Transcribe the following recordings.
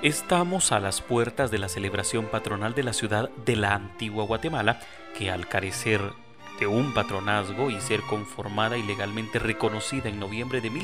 Estamos a las puertas de la celebración patronal de la ciudad de la antigua Guatemala, que al carecer de un patronazgo y ser conformada y legalmente reconocida en noviembre de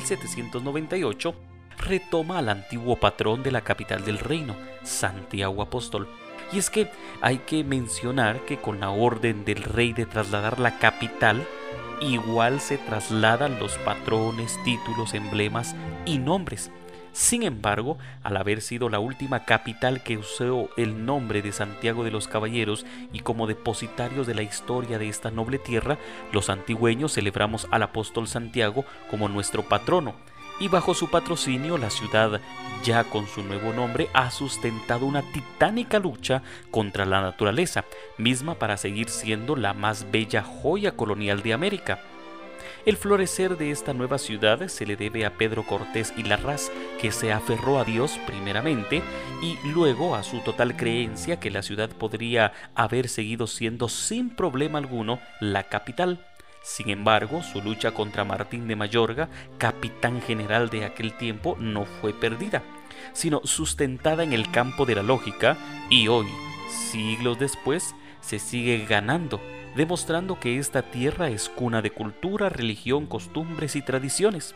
1798, retoma al antiguo patrón de la capital del reino, Santiago Apóstol. Y es que hay que mencionar que con la orden del rey de trasladar la capital, igual se trasladan los patrones, títulos, emblemas y nombres. Sin embargo, al haber sido la última capital que usó el nombre de Santiago de los Caballeros y como depositarios de la historia de esta noble tierra, los antigüeños celebramos al apóstol Santiago como nuestro patrono, y bajo su patrocinio la ciudad, ya con su nuevo nombre, ha sustentado una titánica lucha contra la naturaleza, misma para seguir siendo la más bella joya colonial de América. El florecer de esta nueva ciudad se le debe a Pedro Cortés y Larraz, que se aferró a Dios primeramente y luego a su total creencia que la ciudad podría haber seguido siendo sin problema alguno la capital. Sin embargo, su lucha contra Martín de Mayorga, capitán general de aquel tiempo, no fue perdida, sino sustentada en el campo de la lógica, y hoy, siglos después, se sigue ganando, demostrando que esta tierra es cuna de cultura, religión, costumbres y tradiciones.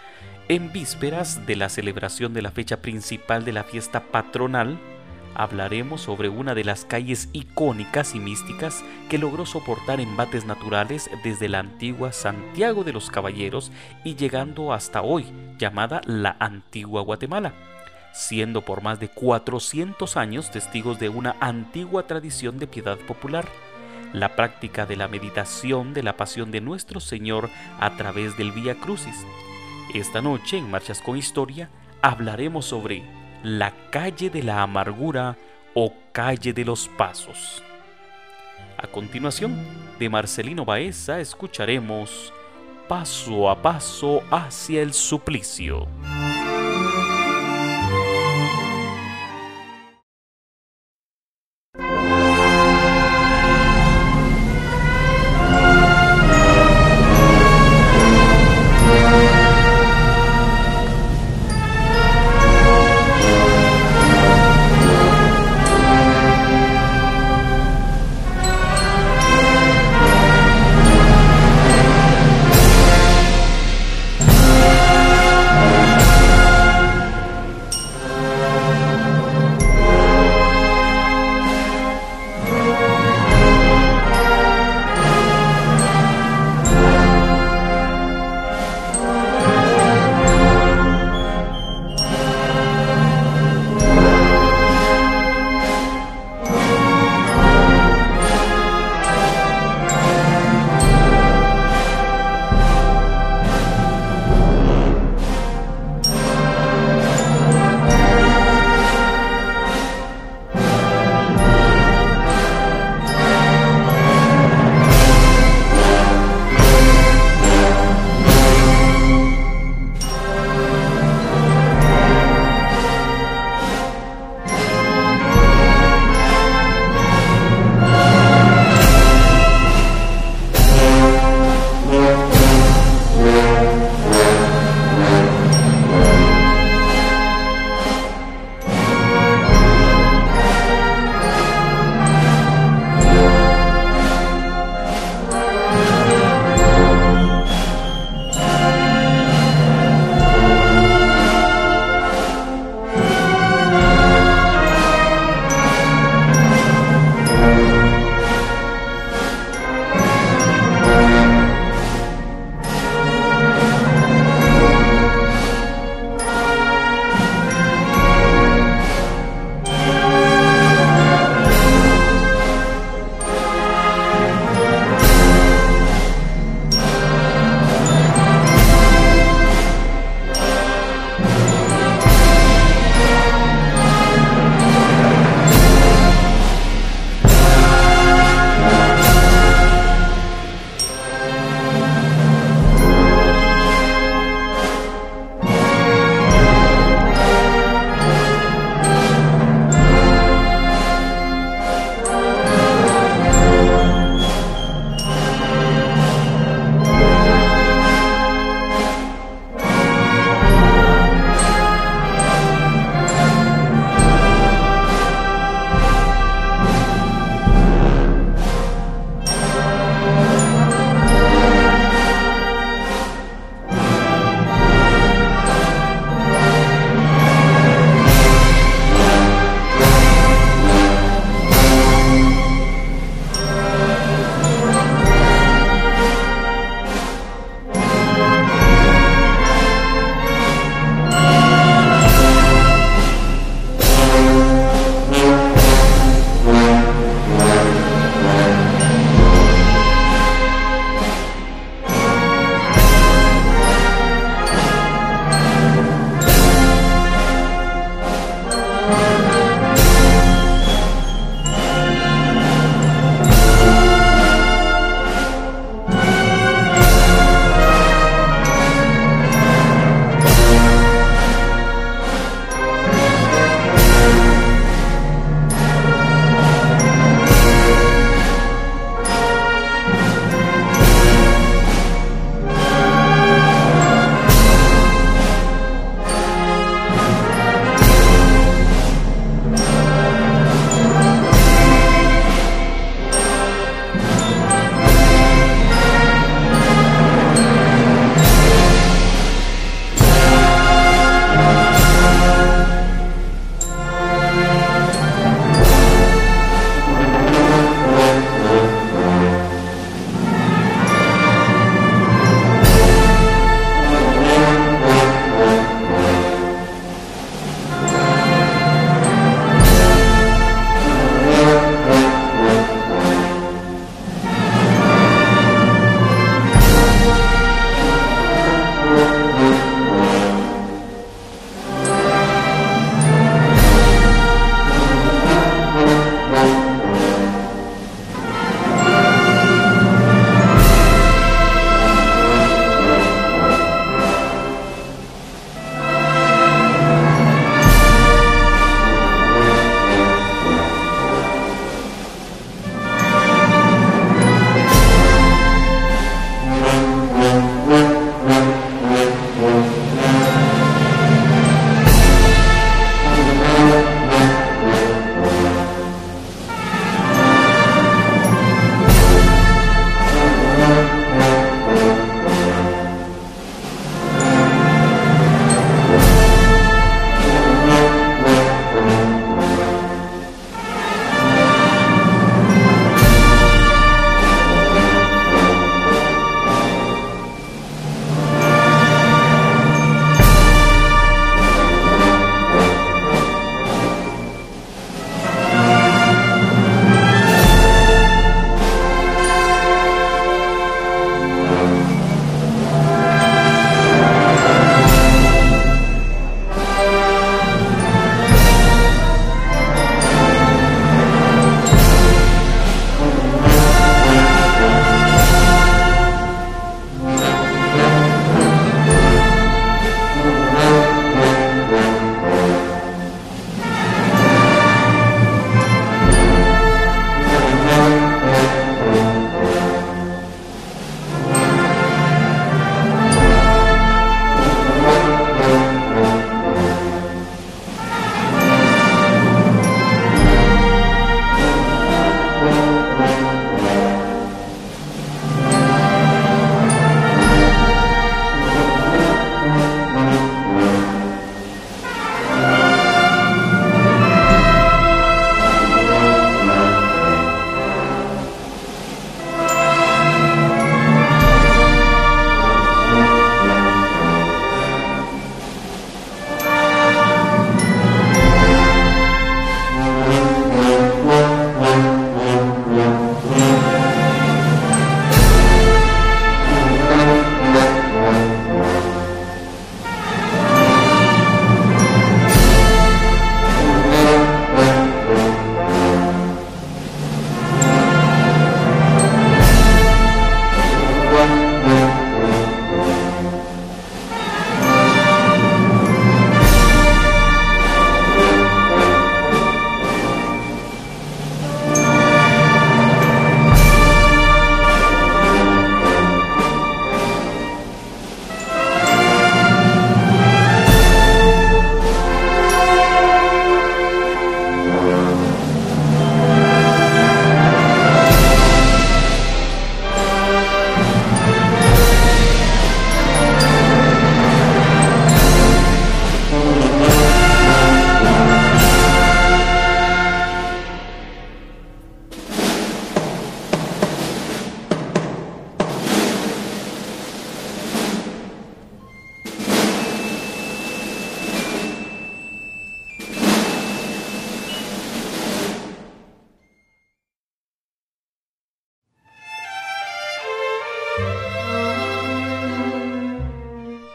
En vísperas de la celebración de la fecha principal de la fiesta patronal, hablaremos sobre una de las calles icónicas y místicas que logró soportar embates naturales desde la antigua Santiago de los Caballeros y llegando hasta hoy, llamada la Antigua Guatemala, siendo por más de 400 años testigos de una antigua tradición de piedad popular, la práctica de la meditación de la pasión de nuestro Señor a través del Vía Crucis. Esta noche, en Marchas con Historia, hablaremos sobre la calle de la amargura o calle de los pasos. A continuación, de Marcelino Baeza escucharemos Paso a paso hacia el suplicio.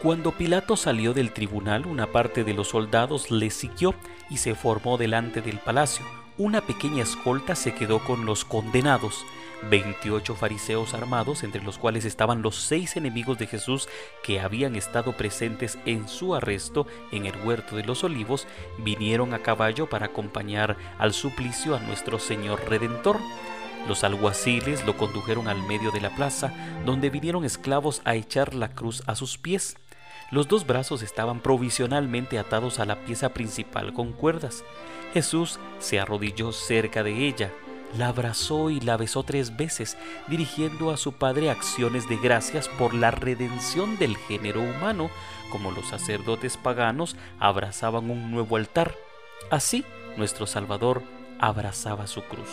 Cuando Pilato salió del tribunal, una parte de los soldados le siguió y se formó delante del palacio. Una pequeña escolta se quedó con los condenados. 28 fariseos armados, entre los cuales estaban los 6 enemigos de Jesús que habían estado presentes en su arresto en el huerto de los Olivos, vinieron a caballo para acompañar al suplicio a nuestro Señor Redentor. Los alguaciles lo condujeron al medio de la plaza, donde vinieron esclavos a echar la cruz a sus pies. Los 2 brazos estaban provisionalmente atados a la pieza principal con cuerdas. Jesús se arrodilló cerca de ella, la abrazó y la besó 3 veces, dirigiendo a su Padre acciones de gracias por la redención del género humano, como los sacerdotes paganos abrazaban un nuevo altar. Así, nuestro Salvador abrazaba su cruz.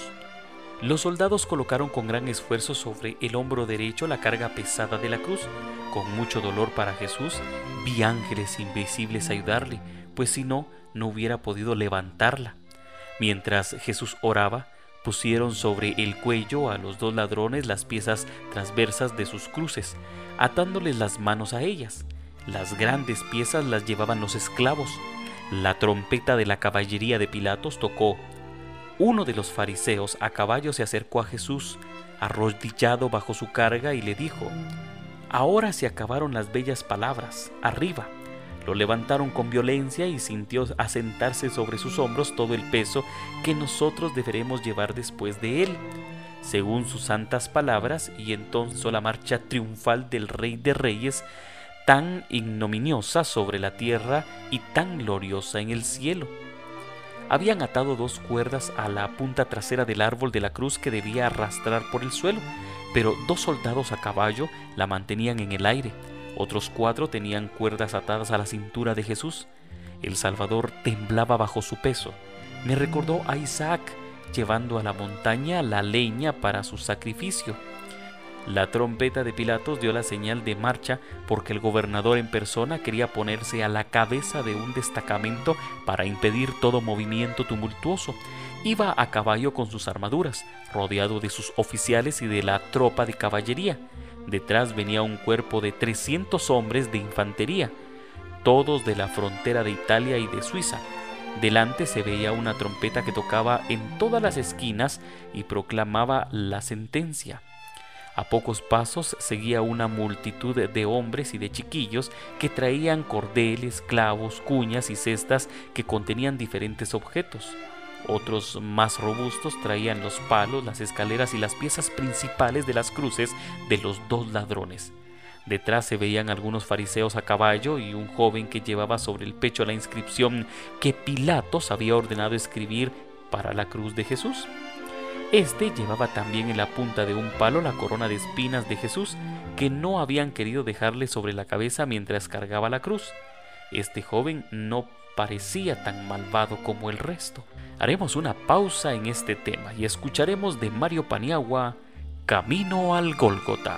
Los soldados colocaron con gran esfuerzo sobre el hombro derecho la carga pesada de la cruz. Con mucho dolor para Jesús, vi ángeles invisibles ayudarle, pues si no, no hubiera podido levantarla. Mientras Jesús oraba, pusieron sobre el cuello a los 2 ladrones las piezas transversas de sus cruces, atándoles las manos a ellas. Las grandes piezas las llevaban los esclavos. La trompeta de la caballería de Pilatos tocó. Uno de los fariseos a caballo se acercó a Jesús, arrodillado bajo su carga, y le dijo: «Ahora se acabaron las bellas palabras, arriba». Lo levantaron con violencia y sintió asentarse sobre sus hombros todo el peso que nosotros deberemos llevar después de él, según sus santas palabras, y entonces la marcha triunfal del Rey de Reyes, tan ignominiosa sobre la tierra y tan gloriosa en el cielo. Habían atado 2 cuerdas a la punta trasera del árbol de la cruz que debía arrastrar por el suelo, pero 2 soldados a caballo la mantenían en el aire. Otros 4 tenían cuerdas atadas a la cintura de Jesús. El Salvador temblaba bajo su peso. Me recordó a Isaac llevando a la montaña la leña para su sacrificio. La trompeta de Pilatos dio la señal de marcha porque el gobernador en persona quería ponerse a la cabeza de un destacamento para impedir todo movimiento tumultuoso. Iba a caballo con sus armaduras, rodeado de sus oficiales y de la tropa de caballería. Detrás venía un cuerpo de 300 hombres de infantería, todos de la frontera de Italia y de Suiza. Delante se veía una trompeta que tocaba en todas las esquinas y proclamaba la sentencia. A pocos pasos seguía una multitud de hombres y de chiquillos que traían cordeles, clavos, cuñas y cestas que contenían diferentes objetos. Otros más robustos traían los palos, las escaleras y las piezas principales de las cruces de los 2 ladrones. Detrás se veían algunos fariseos a caballo y un joven que llevaba sobre el pecho la inscripción que Pilatos había ordenado escribir para la cruz de Jesús. Este llevaba también en la punta de un palo la corona de espinas de Jesús, que no habían querido dejarle sobre la cabeza mientras cargaba la cruz. Este joven no parecía tan malvado como el resto. Haremos una pausa en este tema y escucharemos de Mario Paniagua, Camino al Gólgota.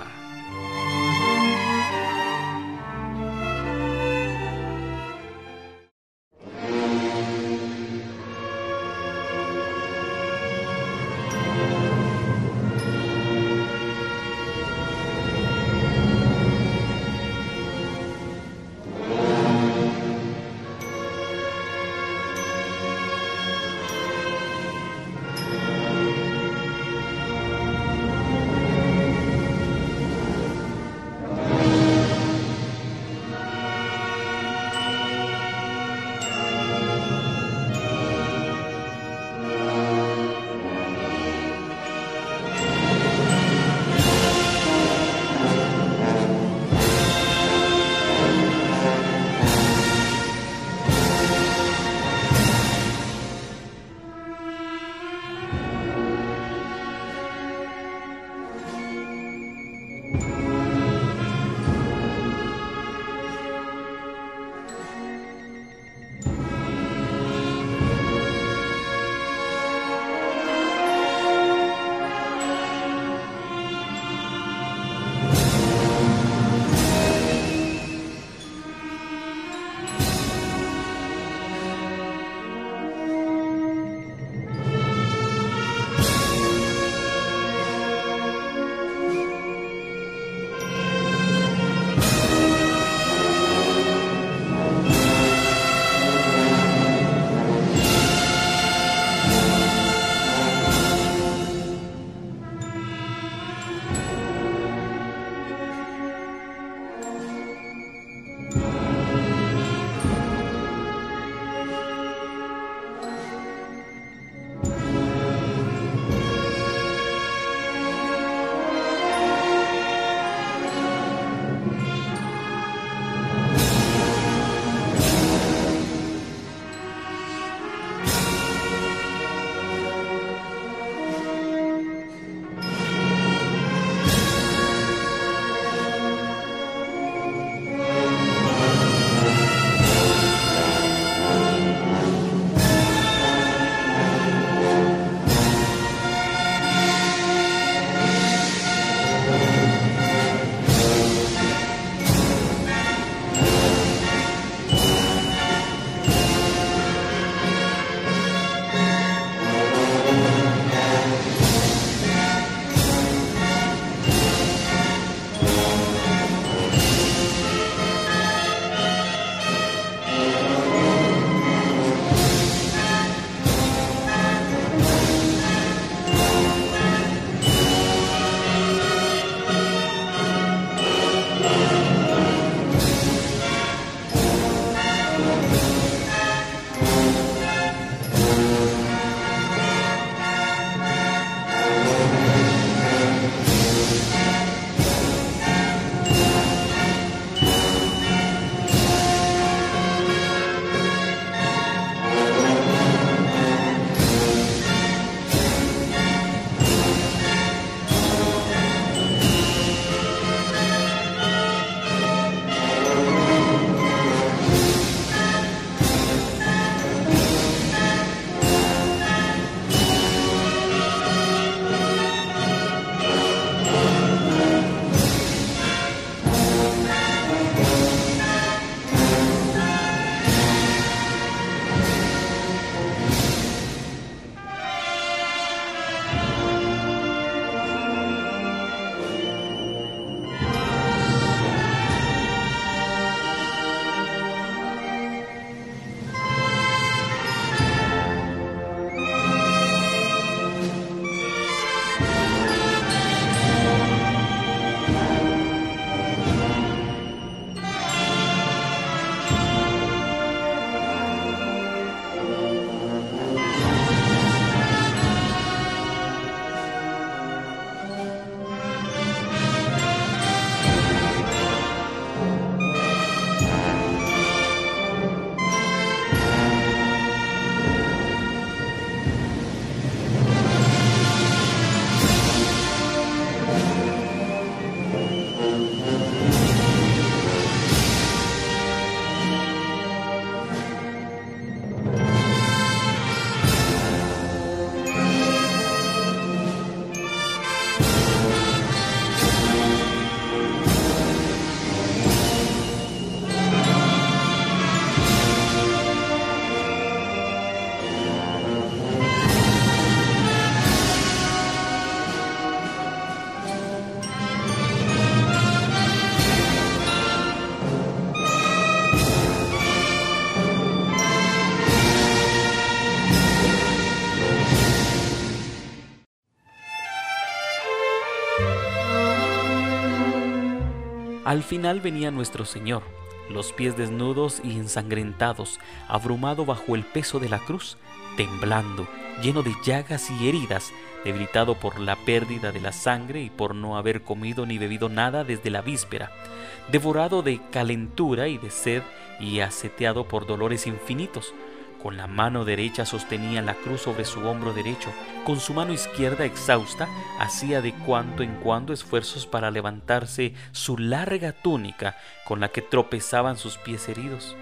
Al final venía nuestro Señor, los pies desnudos y ensangrentados, abrumado bajo el peso de la cruz, temblando, lleno de llagas y heridas, debilitado por la pérdida de la sangre y por no haber comido ni bebido nada desde la víspera, devorado de calentura y de sed y aseteado por dolores infinitos. Con la mano derecha sostenía la cruz sobre su hombro derecho, con su mano izquierda exhausta hacía de cuando en cuando esfuerzos para levantarse su larga túnica con la que tropezaban sus pies heridos.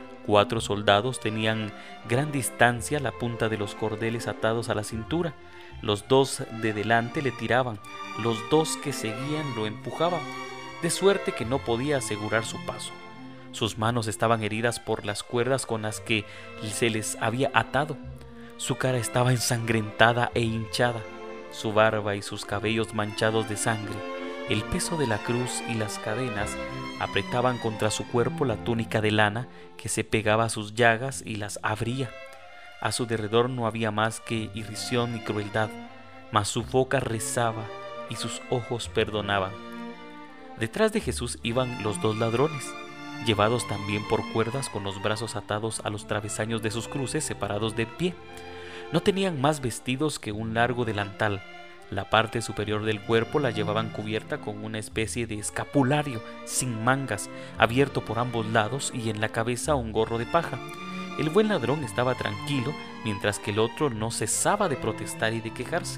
4 soldados tenían gran distancia la punta de los cordeles atados a la cintura. Los 2 de delante le tiraban, los 2 que seguían lo empujaban, de suerte que no podía asegurar su paso. Sus manos estaban heridas por las cuerdas con las que se les había atado. Su cara estaba ensangrentada e hinchada, su barba y sus cabellos manchados de sangre. El peso de la cruz y las cadenas apretaban contra su cuerpo la túnica de lana que se pegaba a sus llagas y las abría. A su derredor no había más que irrisión y crueldad, mas su boca rezaba y sus ojos perdonaban. Detrás de Jesús iban los 2 ladrones, llevados también por cuerdas con los brazos atados a los travesaños de sus cruces separados de pie. No tenían más vestidos que un largo delantal. La parte superior del cuerpo la llevaban cubierta con una especie de escapulario sin mangas, abierto por ambos lados, y en la cabeza un gorro de paja. El buen ladrón estaba tranquilo, mientras que el otro no cesaba de protestar y de quejarse.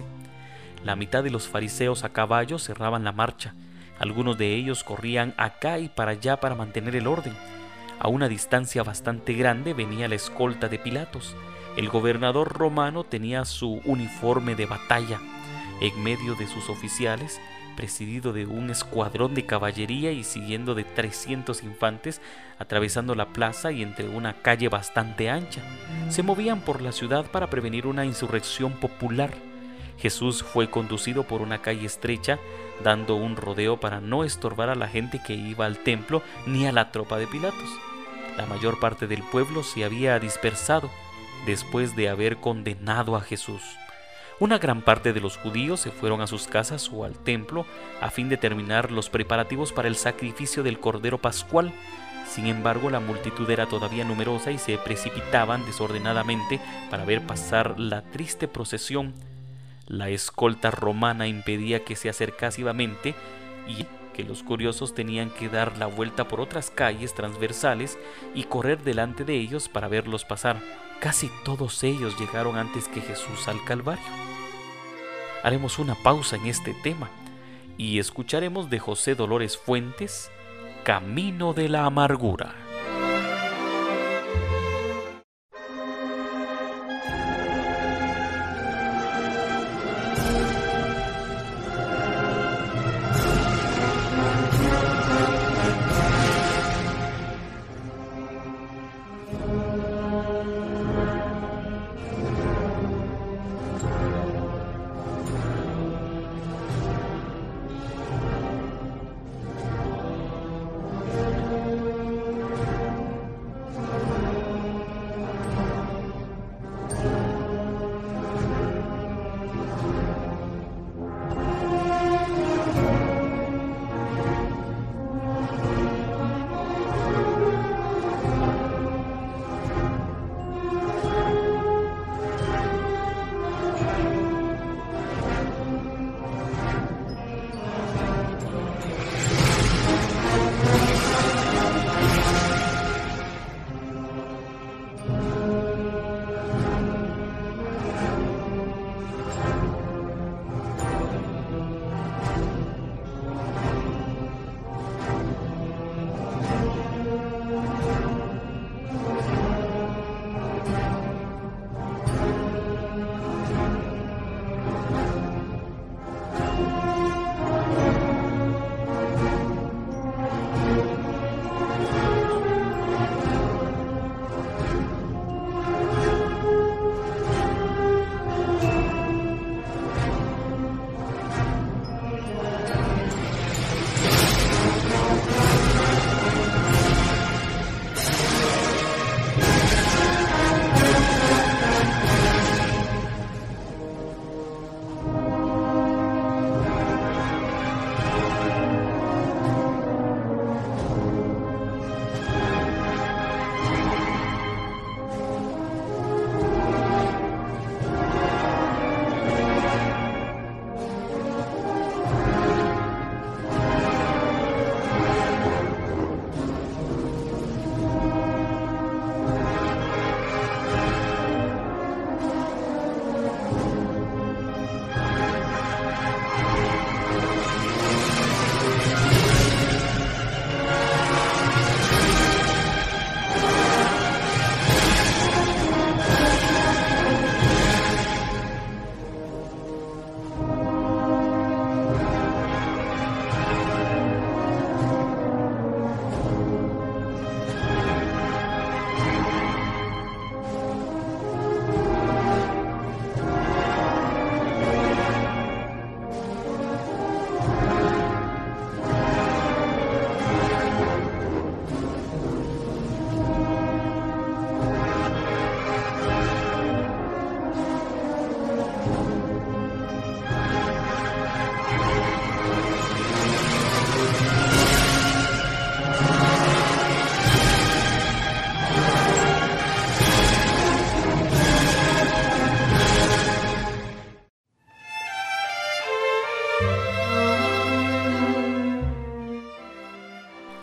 La mitad de los fariseos a caballo cerraban la marcha. Algunos de ellos corrían acá y para allá para mantener el orden. A una distancia bastante grande venía la escolta de Pilatos. El gobernador romano tenía su uniforme de batalla. En medio de sus oficiales, presidido de un escuadrón de caballería y siguiendo de 300 infantes, atravesando la plaza y entre una calle bastante ancha, se movían por la ciudad para prevenir una insurrección popular. Jesús fue conducido por una calle estrecha, dando un rodeo para no estorbar a la gente que iba al templo ni a la tropa de Pilatos. La mayor parte del pueblo se había dispersado después de haber condenado a Jesús. Una gran parte de los judíos se fueron a sus casas o al templo a fin de terminar los preparativos para el sacrificio del Cordero Pascual. Sin embargo, la multitud era todavía numerosa y se precipitaban desordenadamente para ver pasar la triste procesión. La escolta romana impedía que se acercase vivamente y que los curiosos tenían que dar la vuelta por otras calles transversales y correr delante de ellos para verlos pasar. Casi todos ellos llegaron antes que Jesús al Calvario. Haremos una pausa en este tema y escucharemos de José Dolores Fuentes, Camino de la Amargura.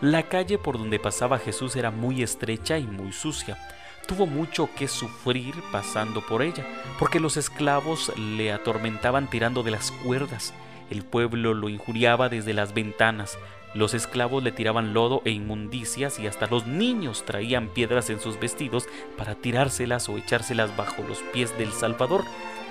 La calle por donde pasaba Jesús era muy estrecha y muy sucia. Tuvo mucho que sufrir pasando por ella, porque los esclavos le atormentaban tirando de las cuerdas. El pueblo lo injuriaba desde las ventanas. Los esclavos le tiraban lodo e inmundicias y hasta los niños traían piedras en sus vestidos para tirárselas o echárselas bajo los pies del Salvador.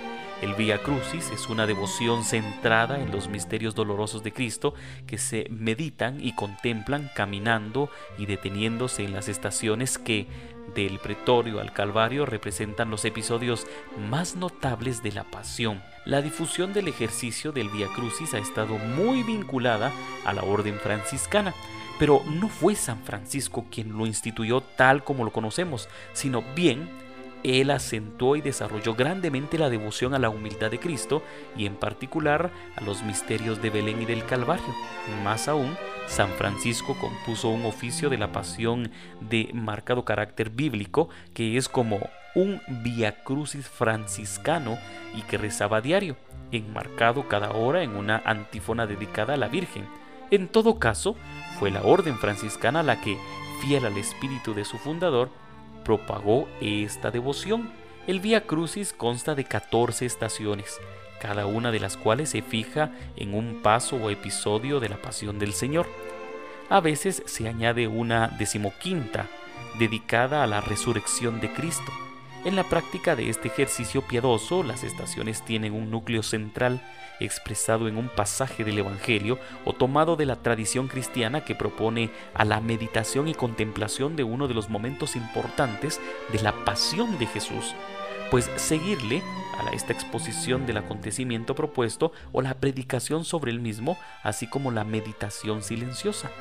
El Vía Crucis es una devoción centrada en los misterios dolorosos de Cristo que se meditan y contemplan caminando y deteniéndose en las estaciones que, del Pretorio al Calvario, representan los episodios más notables de la Pasión. La difusión del ejercicio del Vía Crucis ha estado muy vinculada a la orden franciscana, pero no fue San Francisco quien lo instituyó tal como lo conocemos, sino bien él acentuó y desarrolló grandemente la devoción a la humildad de Cristo y en particular a los misterios de Belén y del Calvario. Más aún, San Francisco compuso un oficio de la Pasión de marcado carácter bíblico que es como un Vía Crucis franciscano y que rezaba a diario, enmarcado cada hora en una antífona dedicada a la Virgen. En todo caso, fue la orden franciscana la que, fiel al espíritu de su fundador, propagó esta devoción. El Vía Crucis consta de 14 estaciones, cada una de las cuales se fija en un paso o episodio de la Pasión del Señor. A veces se añade una 15ª, dedicada a la resurrección de Cristo. En la práctica de este ejercicio piadoso, las estaciones tienen un núcleo central expresado en un pasaje del Evangelio o tomado de la tradición cristiana que propone a la meditación y contemplación de uno de los momentos importantes de la pasión de Jesús, pues seguirle a esta exposición del acontecimiento propuesto o la predicación sobre el mismo, así como la meditación silenciosa.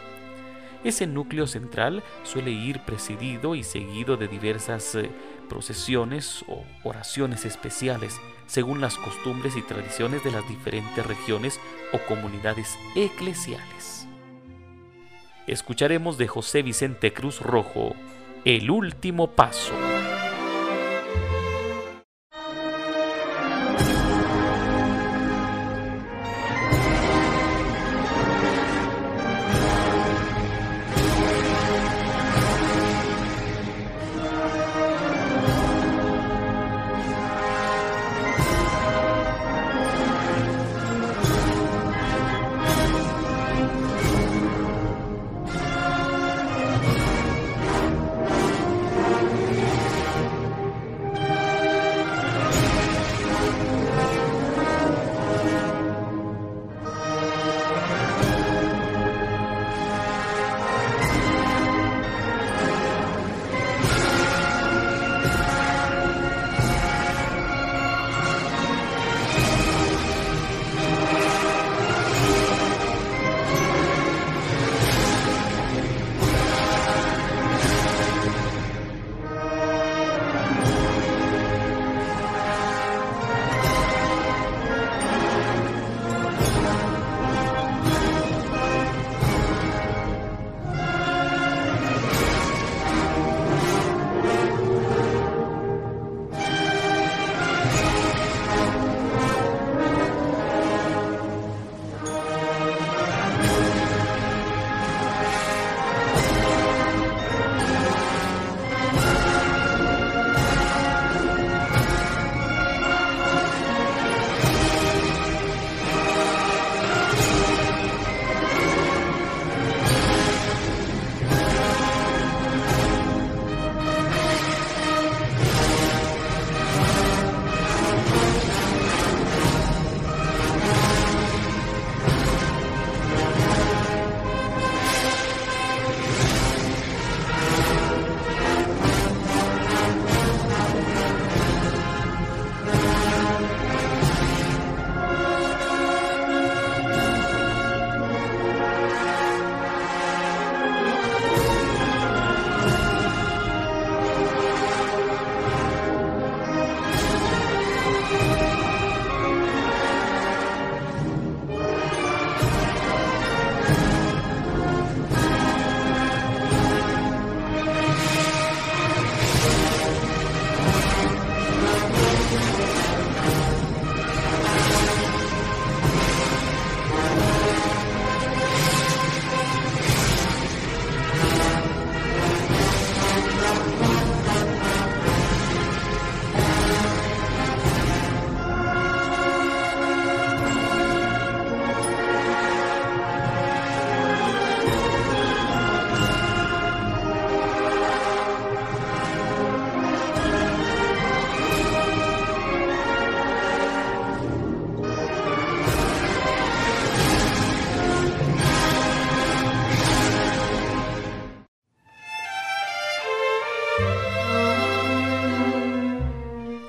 Ese núcleo central suele ir presidido y seguido de diversas procesiones o oraciones especiales, según las costumbres y tradiciones de las diferentes regiones o comunidades eclesiales. Escucharemos de José Vicente Cruz Rojo, El último paso.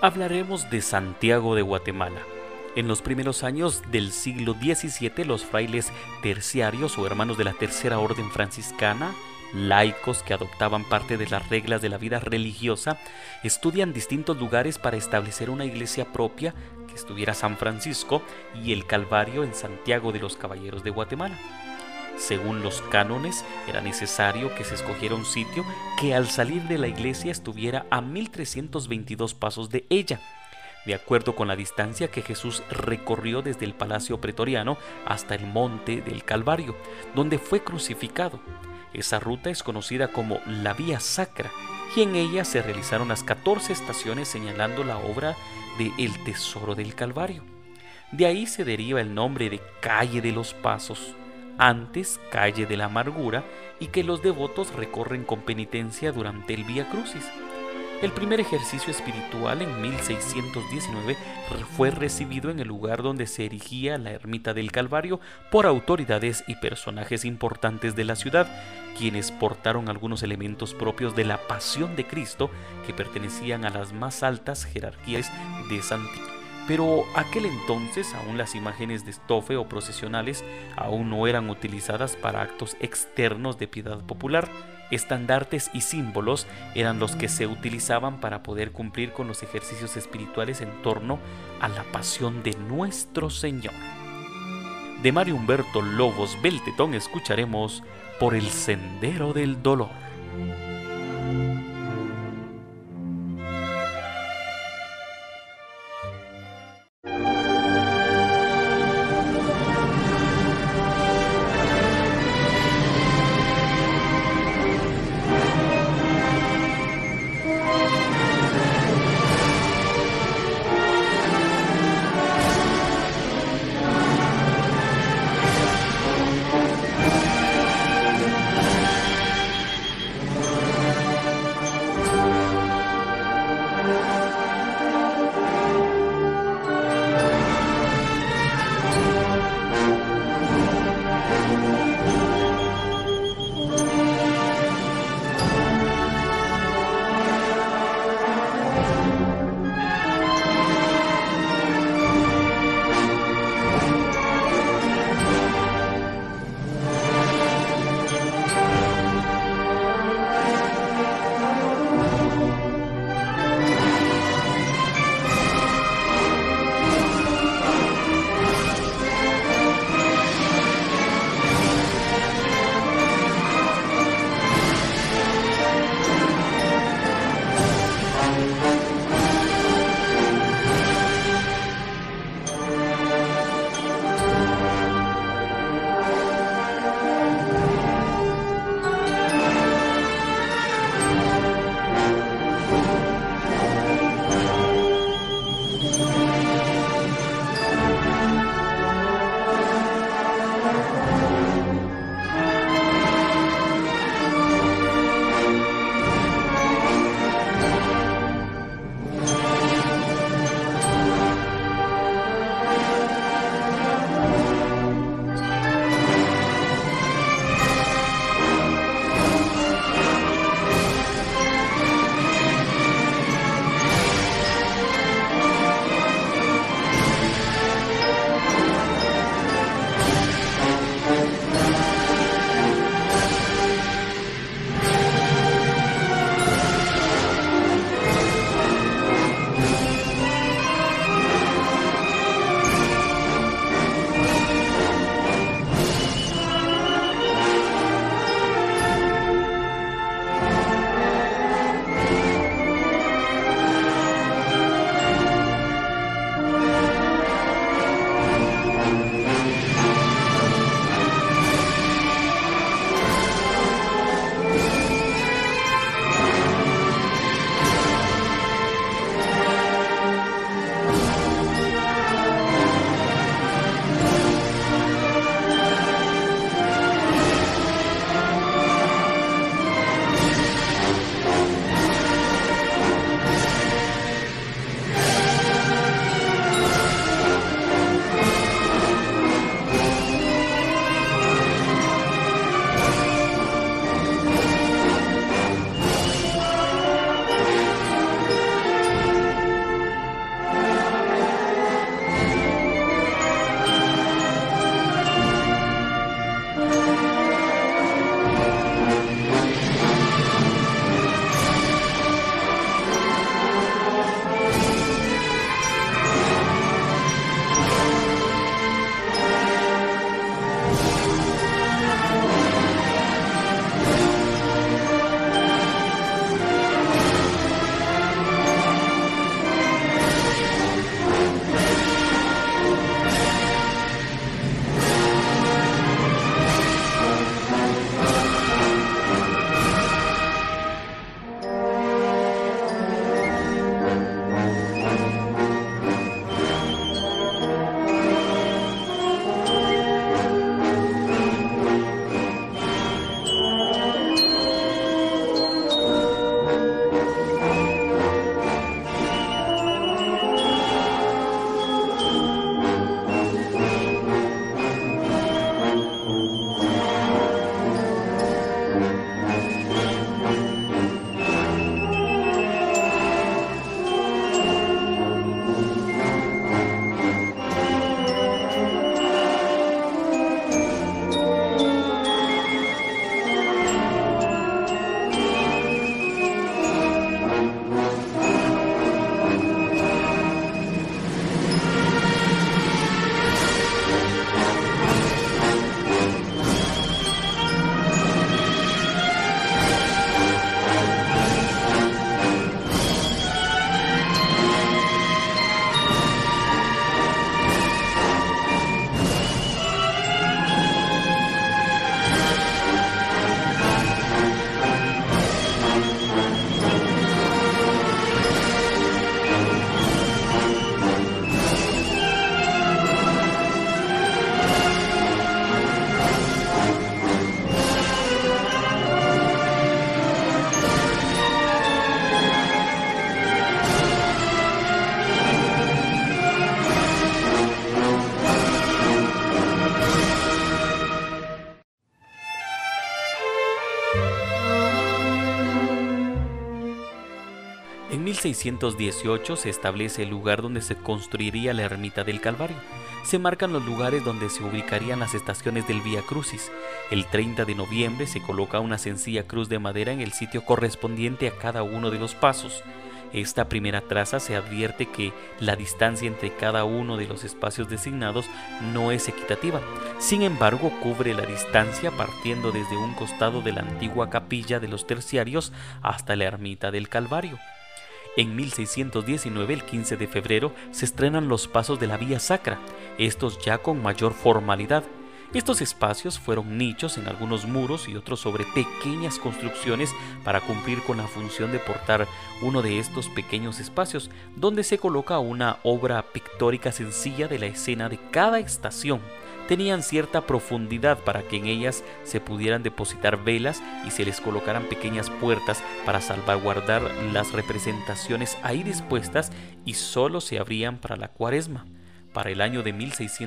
Hablaremos de Santiago de Guatemala. En los primeros años del siglo XVII, los frailes terciarios o hermanos de la Tercera Orden Franciscana, laicos que adoptaban parte de las reglas de la vida religiosa, estudian distintos lugares para establecer una iglesia propia que estuviera San Francisco y el Calvario en Santiago de los Caballeros de Guatemala. Según los cánones, era necesario que se escogiera un sitio que al salir de la iglesia estuviera a 1322 pasos de ella, de acuerdo con la distancia que Jesús recorrió desde el Palacio Pretoriano hasta el Monte del Calvario, donde fue crucificado. Esa ruta es conocida como la Vía Sacra, y en ella se realizaron las 14 estaciones señalando la obra de El Tesoro del Calvario. De ahí se deriva el nombre de Calle de los Pasos, antes Calle de la Amargura, y que los devotos recorren con penitencia durante el Vía Crucis. El primer ejercicio espiritual en 1619 fue recibido en el lugar donde se erigía la ermita del Calvario por autoridades y personajes importantes de la ciudad, quienes portaron algunos elementos propios de la Pasión de Cristo que pertenecían a las más altas jerarquías de Santiago. Pero aquel entonces aún las imágenes de estofe o procesionales aún no eran utilizadas para actos externos de piedad popular. Estandartes y símbolos eran los que se utilizaban para poder cumplir con los ejercicios espirituales en torno a la pasión de nuestro Señor. De Mario Humberto Lobos Beltetón escucharemos Por el Sendero del Dolor. En 1618 se establece el lugar donde se construiría la ermita del Calvario. Se marcan los lugares donde se ubicarían las estaciones del Vía Crucis. El 30 de noviembre se coloca una sencilla cruz de madera en el sitio correspondiente a cada uno de los pasos. Esta primera traza se advierte que la distancia entre cada uno de los espacios designados no es equitativa. Sin embargo, cubre la distancia partiendo desde un costado de la antigua capilla de los terciarios hasta la ermita del Calvario. En 1619, el 15 de febrero, se estrenan los pasos de la Vía Sacra, estos ya con mayor formalidad. Estos espacios fueron nichos en algunos muros y otros sobre pequeñas construcciones para cumplir con la función de portar uno de estos pequeños espacios, donde se coloca una obra pictórica sencilla de la escena de cada estación. Tenían cierta profundidad para que en ellas se pudieran depositar velas y se les colocaran pequeñas puertas para salvaguardar las representaciones ahí dispuestas, y solo se abrían para la Cuaresma. Para el año de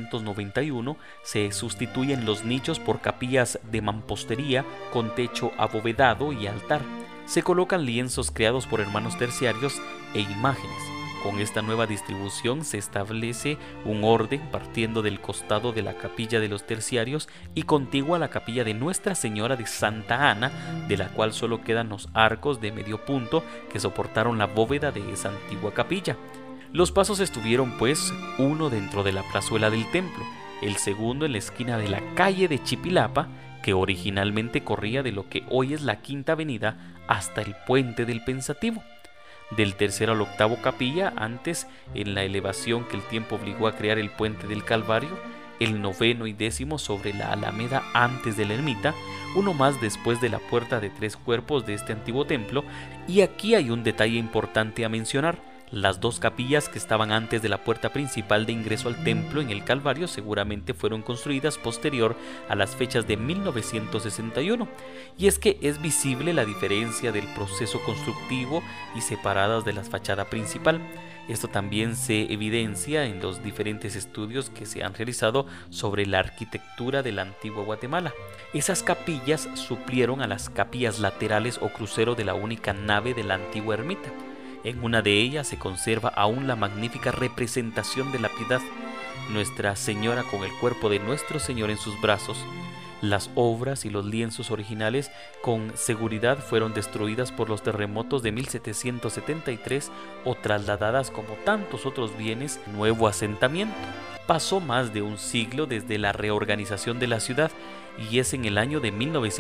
1691 se sustituyen los nichos por capillas de mampostería con techo abovedado y altar. Se colocan lienzos creados por hermanos terciarios e imágenes. Con esta nueva distribución se establece un orden partiendo del costado de la capilla de los terciarios y contigua a la capilla de Nuestra Señora de Santa Ana, de la cual solo quedan los arcos de medio punto que soportaron la bóveda de esa antigua capilla. Los pasos estuvieron pues uno dentro de la plazuela del templo, el segundo en la esquina de la calle de Chipilapa, que originalmente corría de lo que hoy es la Quinta Avenida hasta el Puente del Pensativo. Del tercero al octavo capilla, antes en la elevación que el tiempo obligó a crear el Puente del Calvario, el noveno y décimo sobre la Alameda antes de la ermita, uno más después de la Puerta de Tres Cuerpos de este antiguo templo. Y aquí hay un detalle importante a mencionar: las dos capillas que estaban antes de la puerta principal de ingreso al templo en el Calvario seguramente fueron construidas posterior a las fechas de 1961, y es que es visible la diferencia del proceso constructivo y separadas de la fachada principal. Esto también se evidencia en los diferentes estudios que se han realizado sobre la arquitectura de la antigua Guatemala. Esas capillas suplieron a las capillas laterales o crucero de la única nave de la antigua ermita. En una de ellas se conserva aún la magnífica representación de la Piedad, Nuestra Señora con el cuerpo de Nuestro Señor en sus brazos. Las obras y los lienzos originales con seguridad fueron destruidas por los terremotos de 1773 o trasladadas como tantos otros bienes a nuevo asentamiento. Pasó más de un siglo desde la reorganización de la ciudad, y es en el año de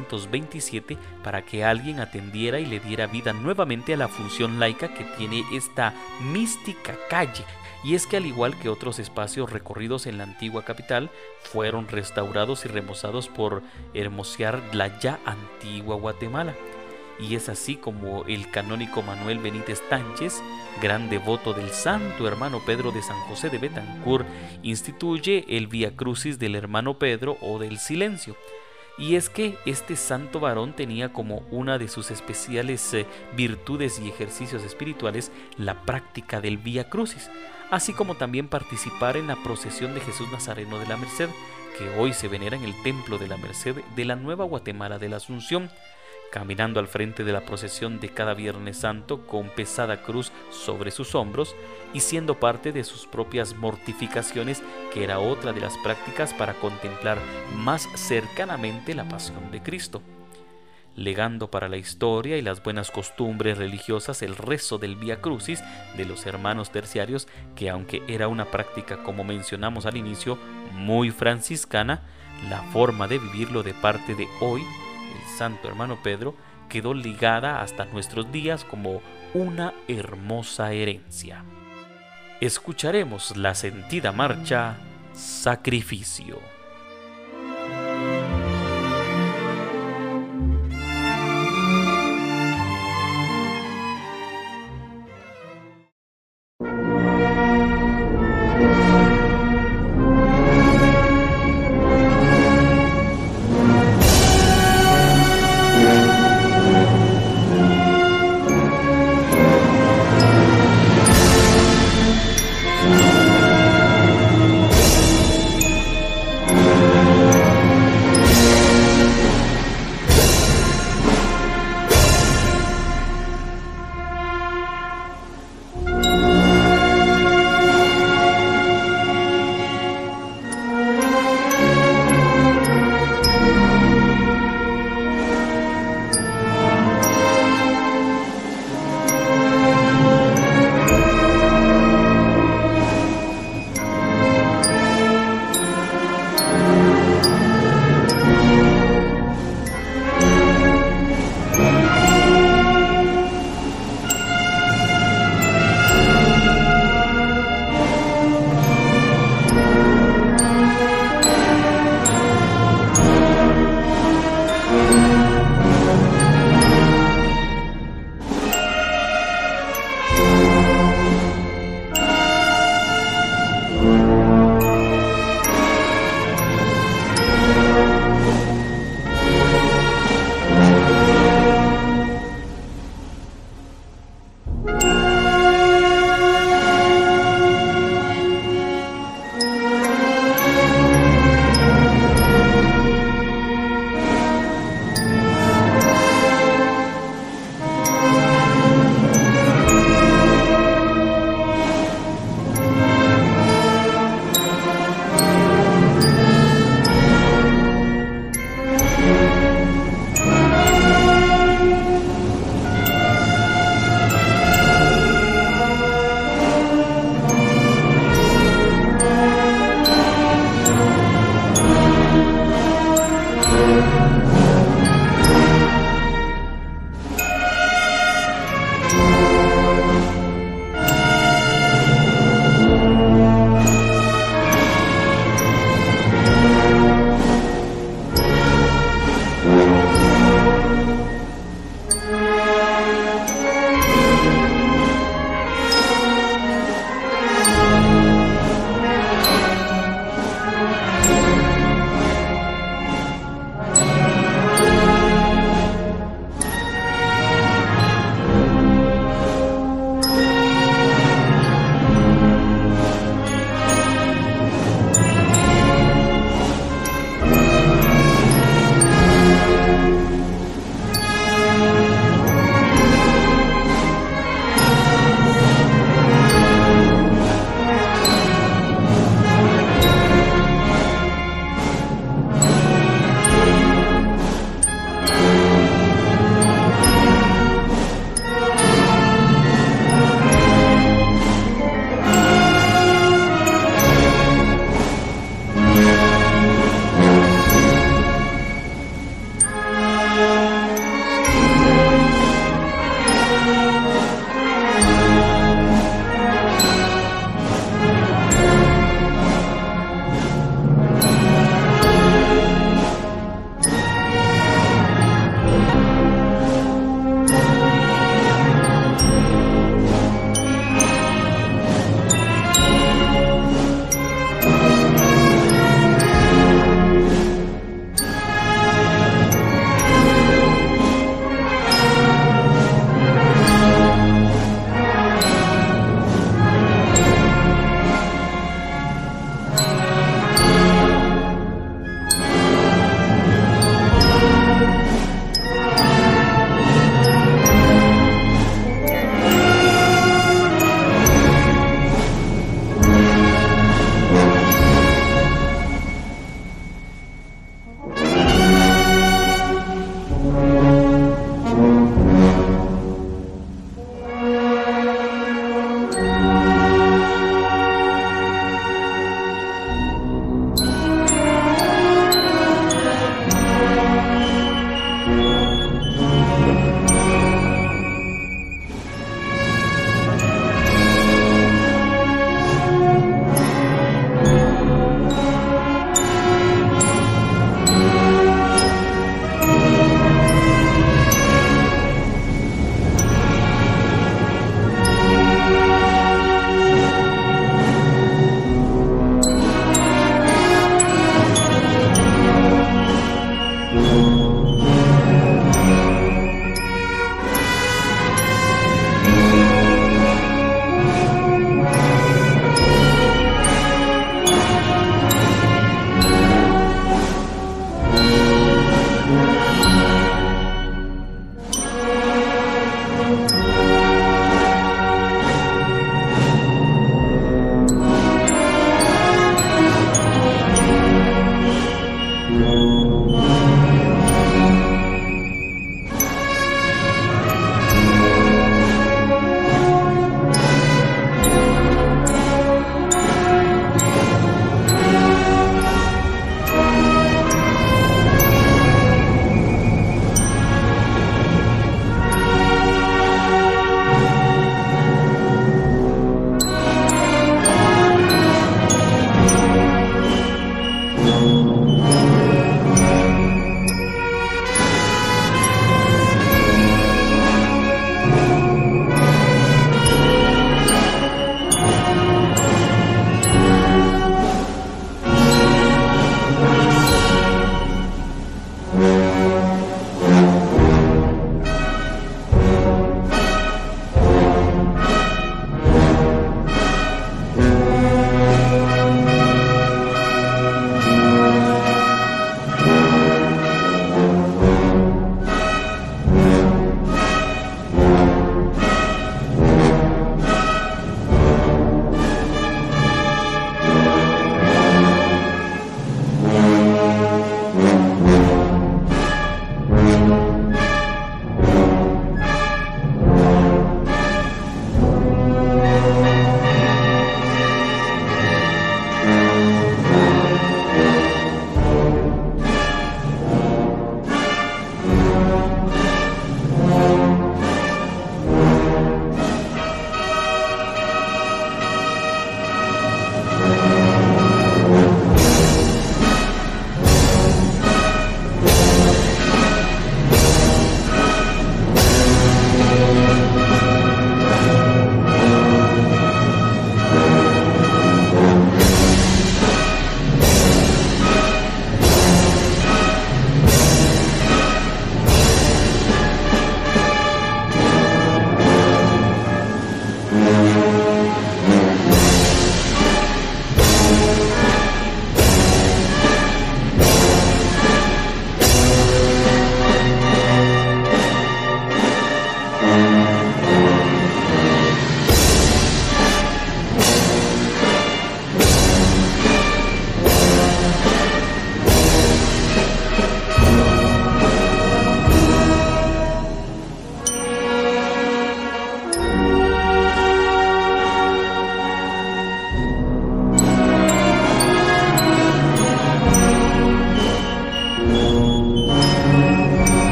1927 para que alguien atendiera y le diera vida nuevamente a la función laica que tiene esta mística calle. Y es que al igual que otros espacios recorridos en la antigua capital, fueron restaurados y remozados por hermosear la ya antigua Guatemala. Y es así como el canónigo Manuel Benítez Tánchez, gran devoto del santo hermano Pedro de San José de Betancourt, instituye el Vía Crucis del hermano Pedro o del silencio. Y es que este santo varón tenía como una de sus especiales virtudes y ejercicios espirituales la práctica del Vía Crucis, así como también participar en la procesión de Jesús Nazareno de la Merced, que hoy se venera en el Templo de la Merced de la Nueva Guatemala de la Asunción, caminando al frente de la procesión de cada Viernes Santo con pesada cruz sobre sus hombros y siendo parte de sus propias mortificaciones, que era otra de las prácticas para contemplar más cercanamente la pasión de Cristo. Legando para la historia y las buenas costumbres religiosas el rezo del Vía Crucis de los hermanos terciarios, que aunque era una práctica, como mencionamos al inicio, muy franciscana, la forma de vivirlo de parte de hoy, el santo hermano Pedro, quedó ligada hasta nuestros días como una hermosa herencia. Escucharemos la sentida marcha Sacrificio.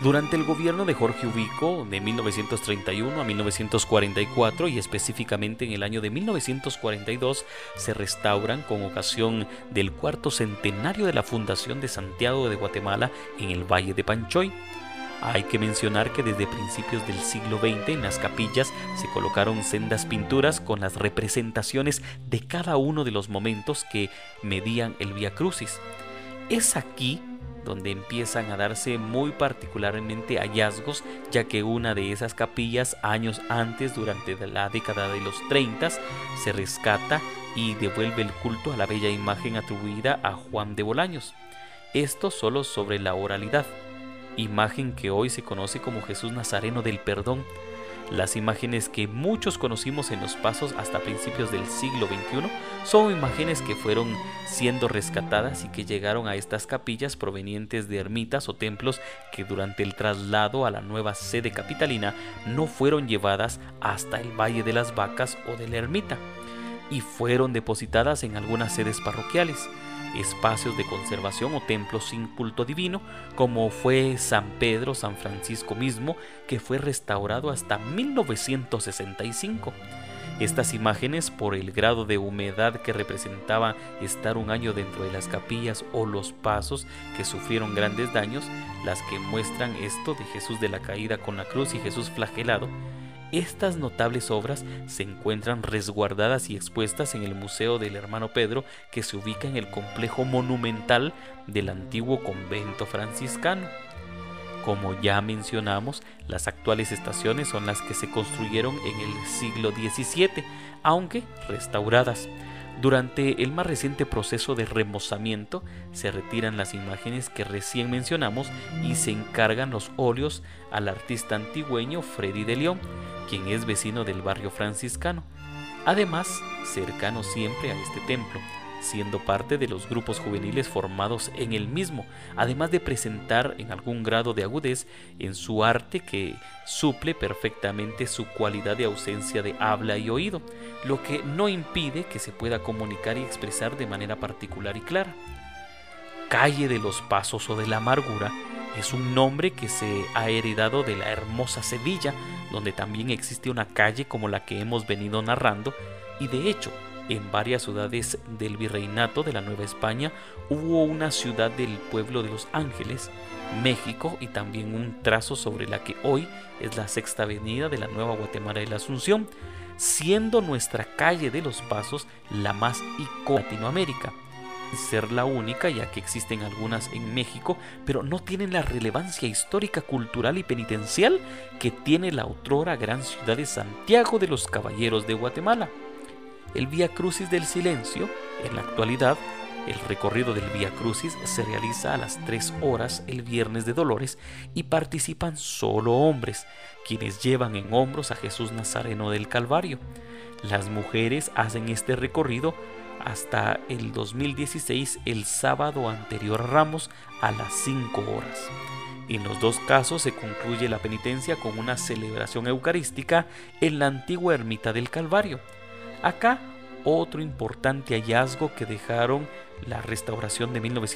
Durante el gobierno de Jorge Ubico, de 1931 a 1944 y específicamente en el año de 1942, se restauran con ocasión del cuarto centenario de la fundación de Santiago de Guatemala en el Valle de Panchoy. Hay que mencionar que desde principios del siglo XX en las capillas se colocaron sendas pinturas con las representaciones de cada uno de los momentos que medían el Vía Crucis. Es aquí donde empiezan a darse muy particularmente hallazgos, ya que una de esas capillas años antes, durante la década de los 30, se rescata y devuelve el culto a la bella imagen atribuida a Juan de Bolaños. Esto solo sobre la oralidad, imagen que hoy se conoce como Jesús Nazareno del Perdón. Las imágenes que muchos conocimos en los pasos hasta principios del siglo XXI son imágenes que fueron siendo rescatadas y que llegaron a estas capillas provenientes de ermitas o templos que durante el traslado a la nueva sede capitalina no fueron llevadas hasta el Valle de las Vacas o de la ermita y fueron depositadas en algunas sedes parroquiales, espacios de conservación o templos sin culto divino, como fue San Pedro, San Francisco mismo, que fue restaurado hasta 1965. Estas imágenes, por el grado de humedad que representaba estar un año dentro de las capillas o los pasos que sufrieron grandes daños, las que muestran esto de Jesús de la Caída con la cruz y Jesús flagelado, estas notables obras se encuentran resguardadas y expuestas en el Museo del Hermano Pedro, que se ubica en el complejo monumental del antiguo convento franciscano. Como ya mencionamos, las actuales estaciones son las que se construyeron en el siglo XVII, aunque restauradas. Durante el más reciente proceso de remozamiento se retiran las imágenes que recién mencionamos y se encargan los óleos al artista antigüeño Freddy de León, quien es vecino del barrio franciscano, además cercano siempre a este templo, siendo parte de los grupos juveniles formados en el mismo, además de presentar en algún grado de agudez en su arte que suple perfectamente su cualidad de ausencia de habla y oído, lo que no impide que se pueda comunicar y expresar de manera particular y clara. Calle de los Pasos o de la Amargura es un nombre que se ha heredado de la hermosa Sevilla, donde también existe una calle como la que hemos venido narrando, y de hecho, en varias ciudades del Virreinato de la Nueva España hubo una ciudad del pueblo de Los Ángeles, México, y también un trazo sobre la que hoy es la Sexta Avenida de la Nueva Guatemala de la Asunción, siendo nuestra calle de los Pasos la más icónica de Latinoamérica. Ser la única, ya que existen algunas en México, pero no tienen la relevancia histórica, cultural y penitencial que tiene la otrora gran ciudad de Santiago de los Caballeros de Guatemala. El Vía Crucis del Silencio, en la actualidad, el recorrido del Vía Crucis se realiza a las 3 horas el Viernes de Dolores y participan solo hombres, quienes llevan en hombros a Jesús Nazareno del Calvario. Las mujeres hacen este recorrido hasta el 2016, el sábado anterior a Ramos, a las 5 horas. En los dos casos se concluye la penitencia con una celebración eucarística en la antigua ermita del Calvario. Acá, otro importante hallazgo que dejaron la restauración de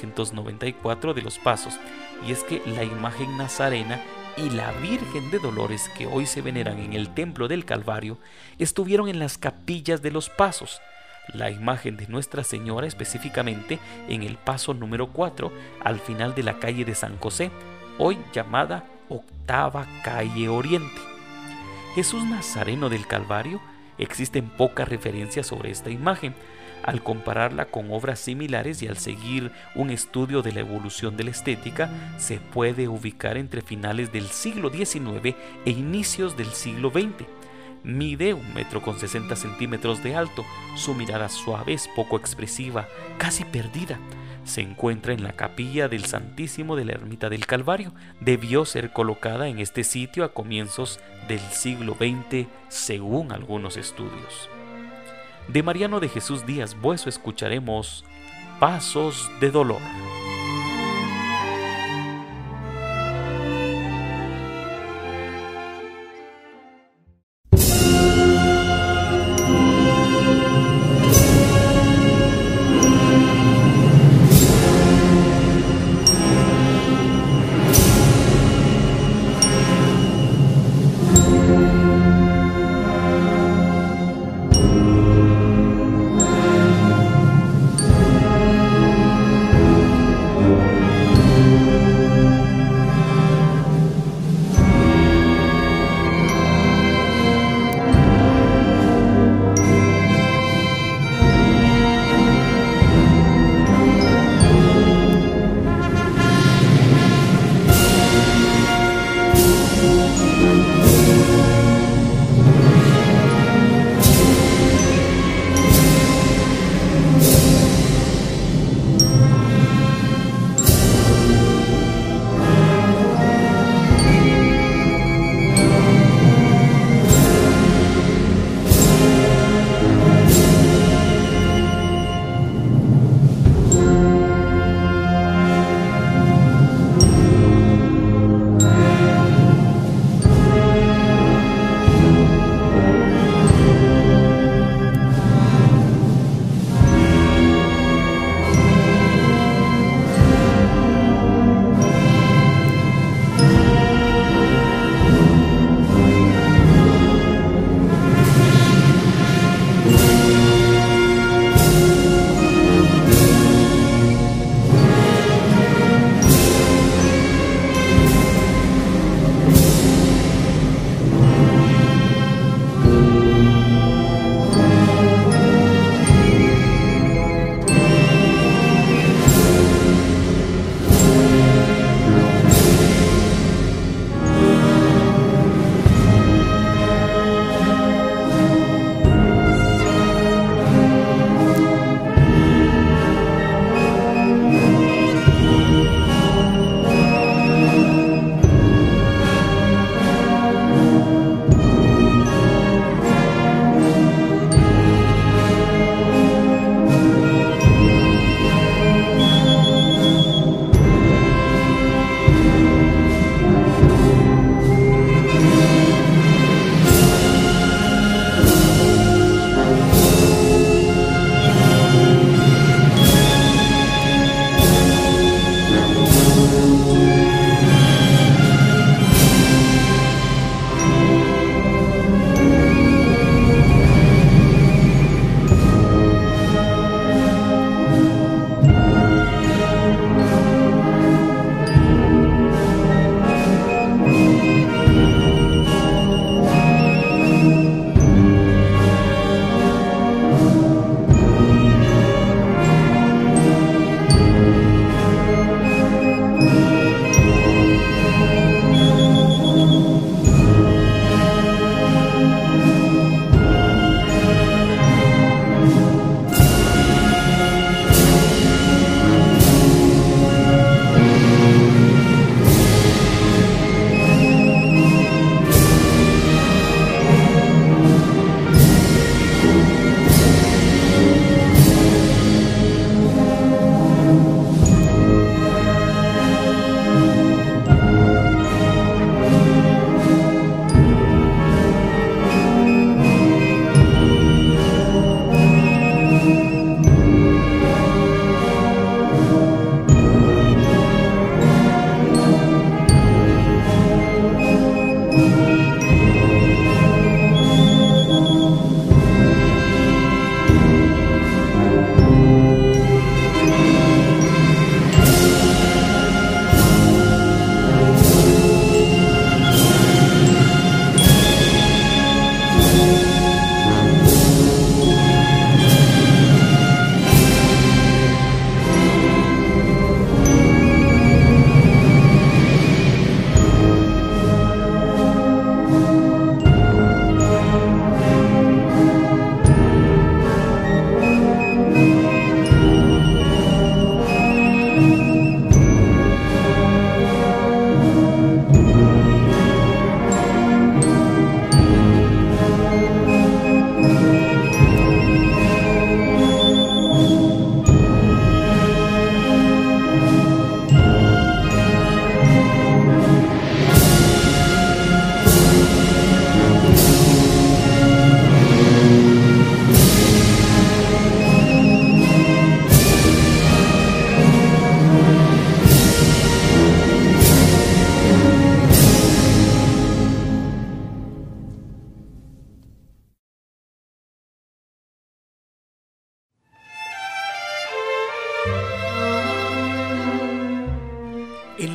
1994 de los Pasos, y es que la imagen nazarena y la Virgen de Dolores que hoy se veneran en el Templo del Calvario estuvieron en las capillas de los Pasos. La imagen de Nuestra Señora específicamente en el paso número 4 al final de la calle de San José, hoy llamada Octava Calle Oriente. Jesús Nazareno del Calvario, existen pocas referencias sobre esta imagen, al compararla con obras similares y al seguir un estudio de la evolución de la estética, se puede ubicar entre finales del siglo XIX e inicios del siglo XX. Mide 1,60 m de alto, su mirada suave es poco expresiva, casi perdida. Se encuentra en la capilla del Santísimo de la Ermita del Calvario. Debió ser colocada en este sitio a comienzos del siglo XX, según algunos estudios. De Mariano de Jesús Díaz Bueso escucharemos Pasos de Dolor.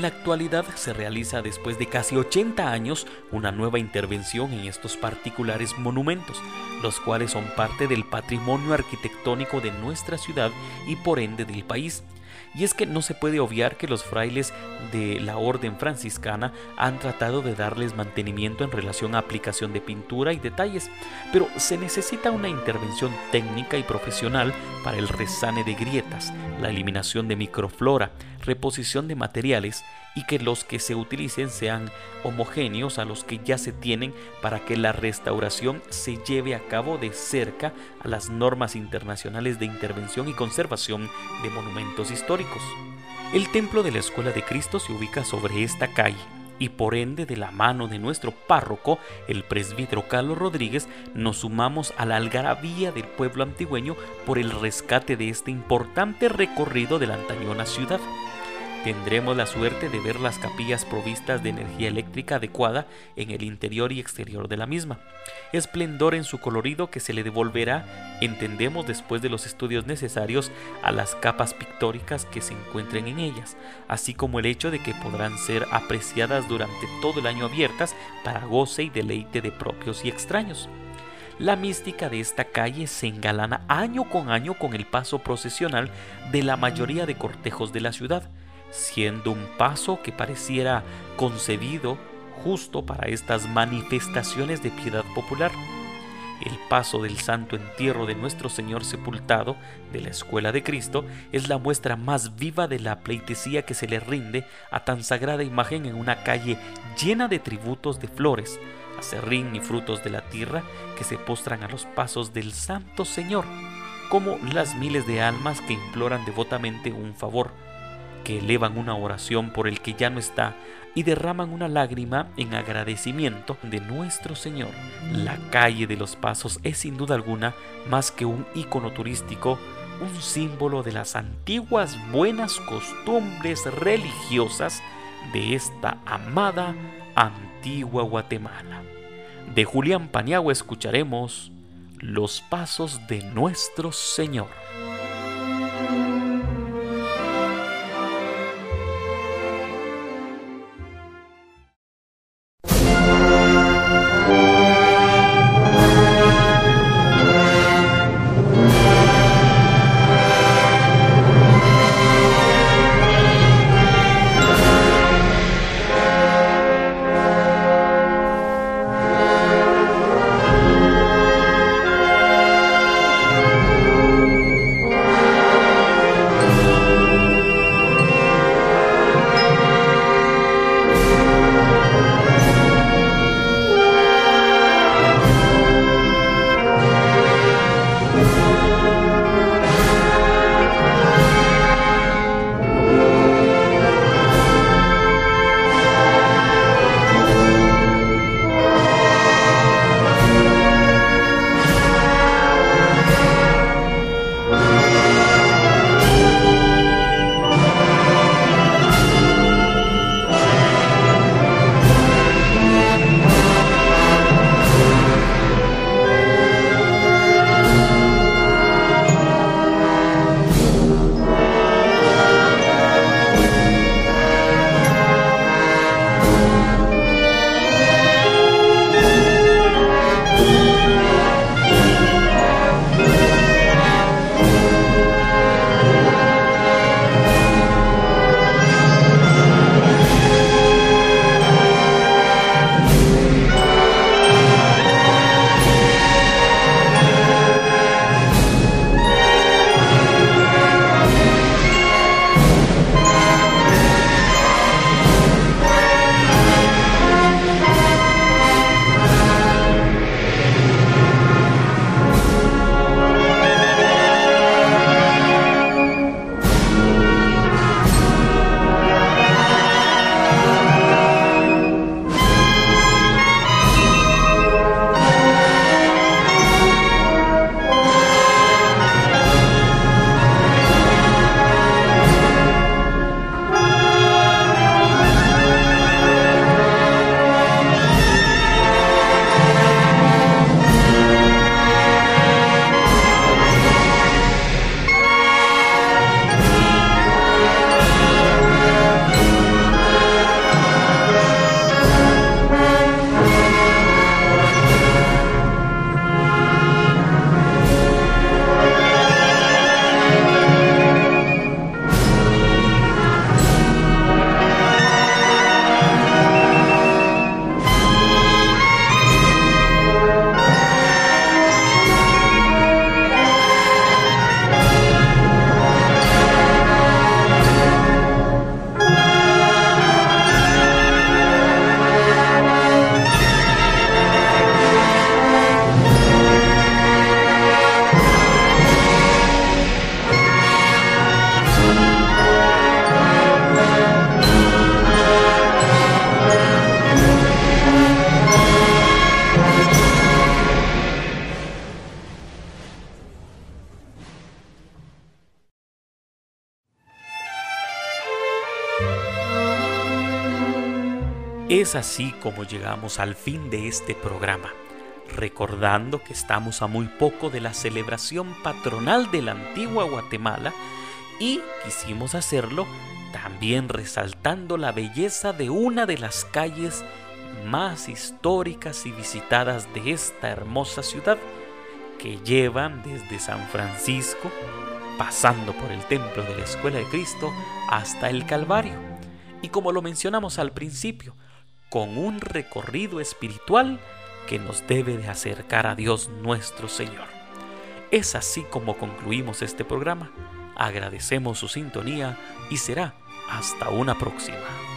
En la actualidad se realiza después de casi 80 años una nueva intervención en estos particulares monumentos, los cuales son parte del patrimonio arquitectónico de nuestra ciudad y por ende del país. Y es que no se puede obviar que los frailes de la orden franciscana han tratado de darles mantenimiento en relación a aplicación de pintura y detalles, pero se necesita una intervención técnica y profesional para el resane de grietas, la eliminación de microflora, reposición de materiales y que los que se utilicen sean homogéneos a los que ya se tienen para que la restauración se lleve a cabo de cerca a las normas internacionales de intervención y conservación de monumentos históricos. El templo de la Escuela de Cristo se ubica sobre esta calle y por ende de la mano de nuestro párroco, el presbítero Carlos Rodríguez, nos sumamos a la algarabía del pueblo antigüeño por el rescate de este importante recorrido de la antañona ciudad. Tendremos la suerte de ver las capillas provistas de energía eléctrica adecuada en el interior y exterior de la misma. Esplendor en su colorido que se le devolverá, entendemos después de los estudios necesarios, a las capas pictóricas que se encuentren en ellas, así como el hecho de que podrán ser apreciadas durante todo el año abiertas para goce y deleite de propios y extraños. La mística de esta calle se engalana año con año con el paso procesional de la mayoría de cortejos de la ciudad, siendo un paso que pareciera concebido justo para estas manifestaciones de piedad popular. El paso del santo entierro de nuestro Señor sepultado de la Escuela de Cristo es la muestra más viva de la pleitesía que se le rinde a tan sagrada imagen en una calle llena de tributos de flores, acerrín y frutos de la tierra que se postran a los pasos del Santo Señor, como las miles de almas que imploran devotamente un favor, que elevan una oración por el que ya no está y derraman una lágrima en agradecimiento de nuestro Señor. La calle de los Pasos es sin duda alguna más que un ícono turístico, un símbolo de las antiguas buenas costumbres religiosas de esta amada antigua Guatemala. De Julián Paniagua escucharemos Los Pasos de nuestro Señor. Es así como llegamos al fin de este programa, recordando que estamos a muy poco de la celebración patronal de la antigua Guatemala y quisimos hacerlo también resaltando la belleza de una de las calles más históricas y visitadas de esta hermosa ciudad, que llevan desde San Francisco, pasando por el templo de la Escuela de Cristo hasta el Calvario, y como lo mencionamos al principio, con un recorrido espiritual que nos debe de acercar a Dios nuestro Señor. Es así como concluimos este programa. Agradecemos su sintonía y será hasta una próxima.